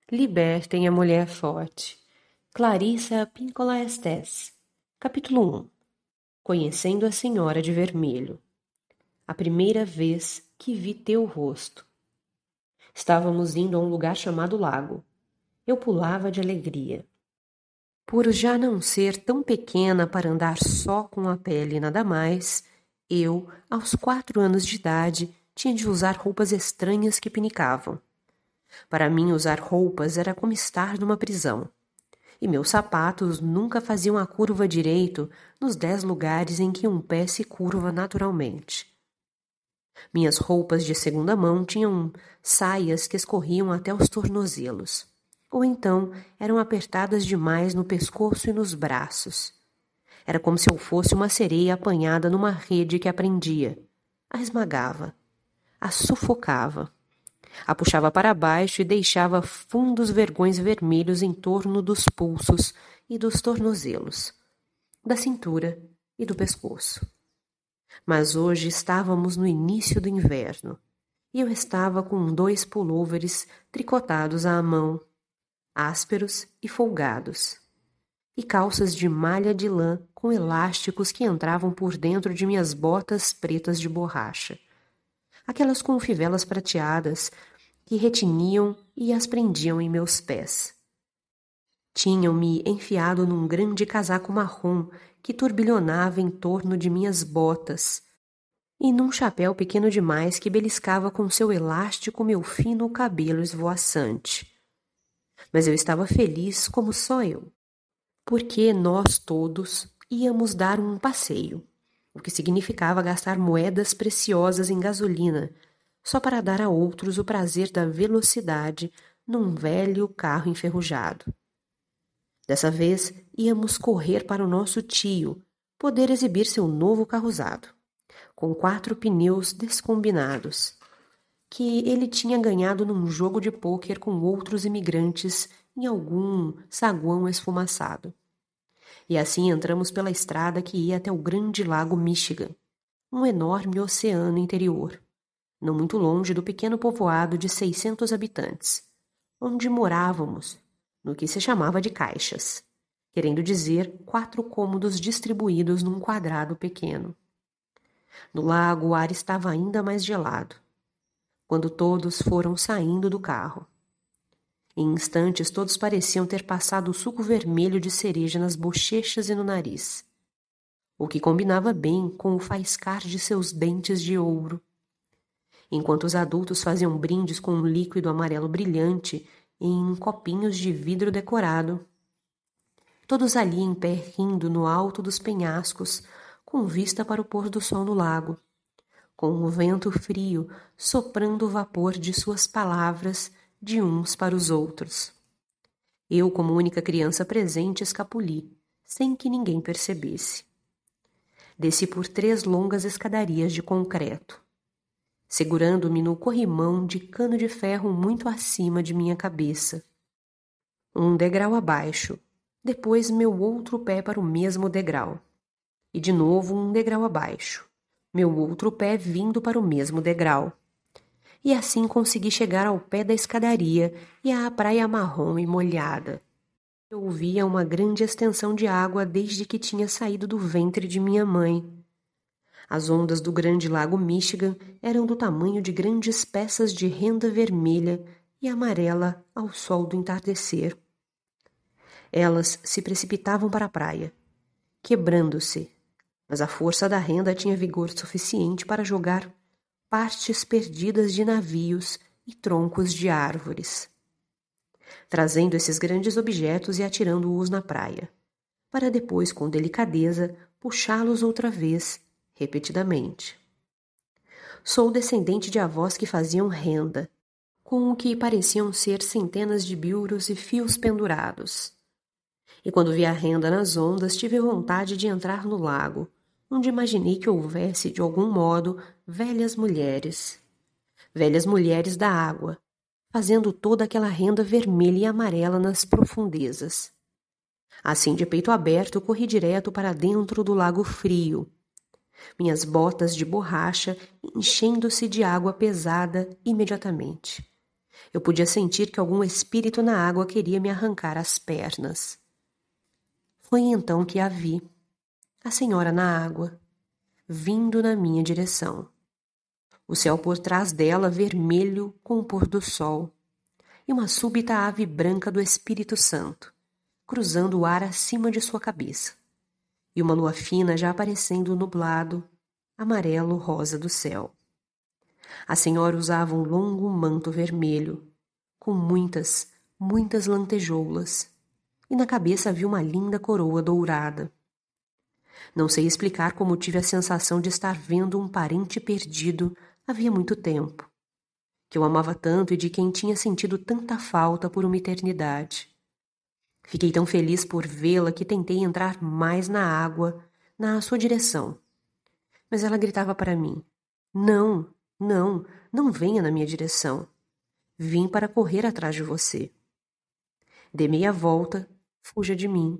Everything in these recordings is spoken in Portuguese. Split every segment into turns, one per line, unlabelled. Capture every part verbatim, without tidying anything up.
Libertem a mulher forte. Clarissa Pinkola Estés. Capítulo um. Conhecendo a Senhora de Vermelho. A primeira vez que vi teu rosto. Estávamos indo a um lugar chamado Lago. Eu pulava de alegria. Por já não ser tão pequena para andar só com a pele e nada mais, eu, aos quatro anos de idade, tinha de usar roupas estranhas que pinicavam. Para mim, usar roupas era como estar numa prisão. E meus sapatos nunca faziam a curva direito nos dez lugares em que um pé se curva naturalmente. Minhas roupas de segunda mão tinham saias que escorriam até os tornozelos, ou então eram apertadas demais no pescoço e nos braços. Era como se eu fosse uma sereia apanhada numa rede que a prendia, a esmagava, a sufocava. A puxava para baixo e deixava fundos vergões vermelhos em torno dos pulsos e dos tornozelos, da cintura e do pescoço. Mas hoje estávamos no início do inverno e eu estava com dois pulôveres tricotados à mão, ásperos e folgados, e calças de malha de lã com elásticos que entravam por dentro de minhas botas pretas de borracha. Aquelas com fivelas prateadas que retiniam e as prendiam em meus pés. Tinham-me enfiado num grande casaco marrom que turbilhonava em torno de minhas botas e num chapéu pequeno demais que beliscava com seu elástico meu fino cabelo esvoaçante. Mas eu estava feliz como só eu, porque nós todos íamos dar um passeio, o que significava gastar moedas preciosas em gasolina, só para dar a outros o prazer da velocidade num velho carro enferrujado. Dessa vez, íamos correr para o nosso tio poder exibir seu novo carro usado, com quatro pneus descombinados, que ele tinha ganhado num jogo de pôquer com outros imigrantes em algum saguão esfumaçado. E assim entramos pela estrada que ia até o grande lago Michigan, um enorme oceano interior, não muito longe do pequeno povoado de seiscentos habitantes, onde morávamos, no que se chamava de caixas, querendo dizer quatro cômodos distribuídos num quadrado pequeno. No lago o ar estava ainda mais gelado, quando todos foram saindo do carro. Em instantes todos pareciam ter passado o suco vermelho de cereja nas bochechas e no nariz, o que combinava bem com o faiscar de seus dentes de ouro. Enquanto os adultos faziam brindes com um líquido amarelo brilhante em copinhos de vidro decorado. Todos ali em pé rindo no alto dos penhascos, com vista para o pôr do sol no lago, com o vento frio soprando o vapor de suas palavras de uns para os outros. Eu, como única criança presente, escapuli, sem que ninguém percebesse. Desci por três longas escadarias de concreto, segurando-me no corrimão de cano de ferro muito acima de minha cabeça. Um degrau abaixo, depois meu outro pé para o mesmo degrau. E de novo um degrau abaixo, meu outro pé vindo para o mesmo degrau. E assim consegui chegar ao pé da escadaria e à praia marrom e molhada. Eu via uma grande extensão de água desde que tinha saído do ventre de minha mãe. As ondas do grande lago Michigan eram do tamanho de grandes peças de renda vermelha e amarela ao sol do entardecer. Elas se precipitavam para a praia, quebrando-se, mas a força da renda tinha vigor suficiente para jogar partes perdidas de navios e troncos de árvores, trazendo esses grandes objetos e atirando-os na praia, para depois, com delicadeza, puxá-los outra vez, repetidamente. Sou descendente de avós que faziam renda, com o que pareciam ser centenas de bilros e fios pendurados. E quando vi a renda nas ondas, tive vontade de entrar no lago, onde imaginei que houvesse, de algum modo, velhas mulheres. Velhas mulheres da água, fazendo toda aquela renda vermelha e amarela nas profundezas. Assim, de peito aberto, corri direto para dentro do lago frio, minhas botas de borracha enchendo-se de água pesada imediatamente. Eu podia sentir que algum espírito na água queria me arrancar as pernas. Foi então que a vi, a senhora na água, vindo na minha direção. O céu por trás dela vermelho com o pôr do sol, e uma súbita ave branca do Espírito Santo, cruzando o ar acima de sua cabeça, e uma lua fina já aparecendo nublado, amarelo rosa do céu. A senhora usava um longo manto vermelho, com muitas, muitas lantejoulas, e na cabeça havia uma linda coroa dourada. Não sei explicar como tive a sensação de estar vendo um parente perdido havia muito tempo, que eu amava tanto e de quem tinha sentido tanta falta por uma eternidade. Fiquei tão feliz por vê-la que tentei entrar mais na água, na sua direção. Mas ela gritava para mim: Não, não, não venha na minha direção. Vim para correr atrás de você. Dei meia volta, fuja de mim.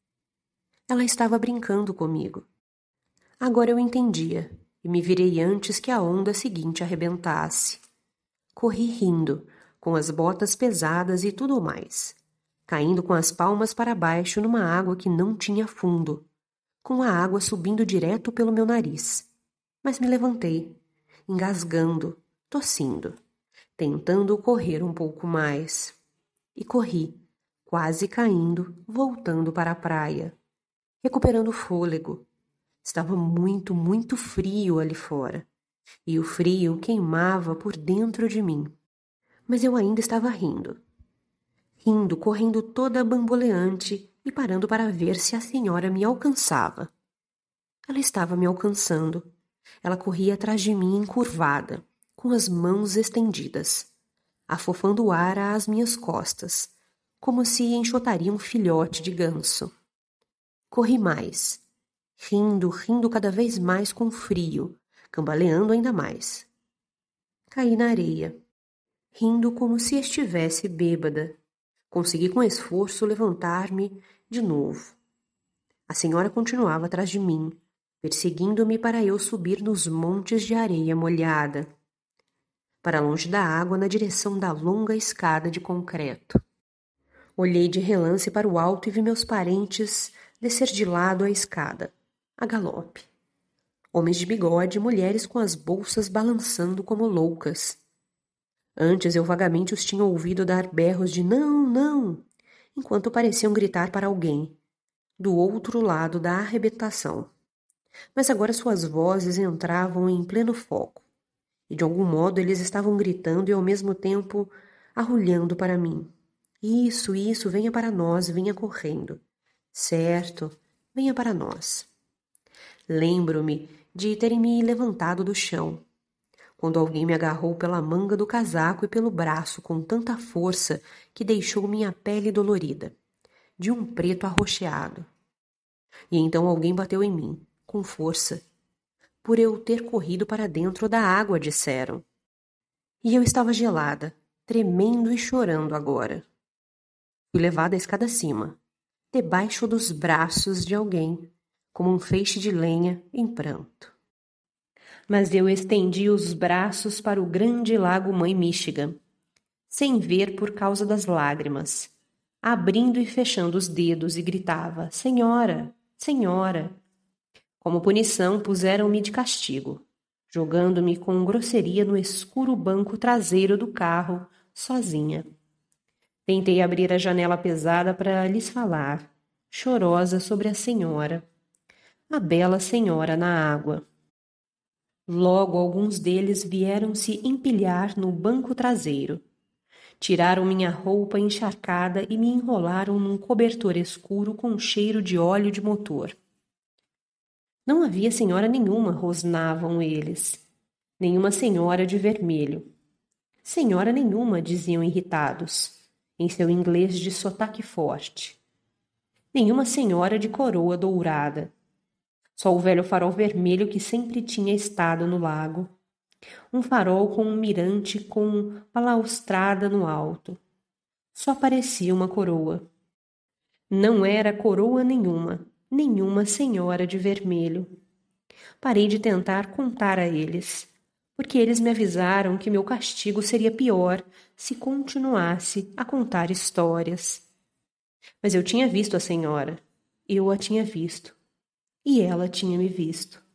Ela estava brincando comigo. Agora eu entendia, e me virei antes que a onda seguinte arrebentasse. Corri rindo, com as botas pesadas e tudo mais, caindo com as palmas para baixo numa água que não tinha fundo, com a água subindo direto pelo meu nariz. Mas me levantei, engasgando, tossindo, tentando correr um pouco mais. E corri, quase caindo, voltando para a praia, recuperando o fôlego. Estava muito, muito frio ali fora, e o frio queimava por dentro de mim. Mas eu ainda estava rindo. Rindo, correndo toda bamboleante e parando para ver se a senhora me alcançava. Ela estava me alcançando. Ela corria atrás de mim encurvada, com as mãos estendidas, afofando o ar às minhas costas, como se enxotaria um filhote de ganso. Corri mais, rindo, rindo cada vez mais com frio, cambaleando ainda mais. Caí na areia, rindo como se estivesse bêbada. Consegui com esforço levantar-me de novo. A senhora continuava atrás de mim, perseguindo-me para eu subir nos montes de areia molhada, para longe da água na direção da longa escada de concreto. Olhei de relance para o alto e vi meus parentes descer de lado a escada, a galope. Homens de bigode e mulheres com as bolsas balançando como loucas. Antes eu vagamente os tinha ouvido dar berros de não, não, enquanto pareciam gritar para alguém, do outro lado da arrebentação. Mas agora suas vozes entravam em pleno foco, e de algum modo eles estavam gritando e ao mesmo tempo arrulhando para mim. Isso, isso, venha para nós, venha correndo. Certo, venha para nós. Lembro-me de terem me levantado do chão, quando alguém me agarrou pela manga do casaco e pelo braço com tanta força que deixou minha pele dolorida, de um preto arroxeado. E então alguém bateu em mim, com força, por eu ter corrido para dentro da água, disseram. E eu estava gelada, tremendo e chorando agora. Fui levada à escada acima, debaixo dos braços de alguém, como um feixe de lenha em pranto. Mas eu estendi os braços para o grande lago Mãe Michigan, sem ver por causa das lágrimas, abrindo e fechando os dedos e gritava, Senhora, Senhora! Como punição, puseram-me de castigo, jogando-me com grosseria no escuro banco traseiro do carro, sozinha. Tentei abrir a janela pesada para lhes falar, chorosa sobre a senhora, a bela senhora na água. Logo alguns deles vieram se empilhar no banco traseiro. Tiraram minha roupa encharcada e me enrolaram num cobertor escuro com cheiro de óleo de motor. Não havia senhora nenhuma, rosnavam eles. Nenhuma senhora de vermelho. Senhora nenhuma, diziam irritados, em seu inglês de sotaque forte. Nenhuma senhora de coroa dourada. Só o velho farol vermelho que sempre tinha estado no lago. Um farol com um mirante com balaustrada no alto. Só parecia uma coroa. Não era coroa nenhuma, nenhuma senhora de vermelho. Parei de tentar contar a eles. porque eles me avisaram que meu castigo seria pior se continuasse a contar histórias. Mas eu tinha visto a senhora. Eu a tinha visto. E ela tinha me visto.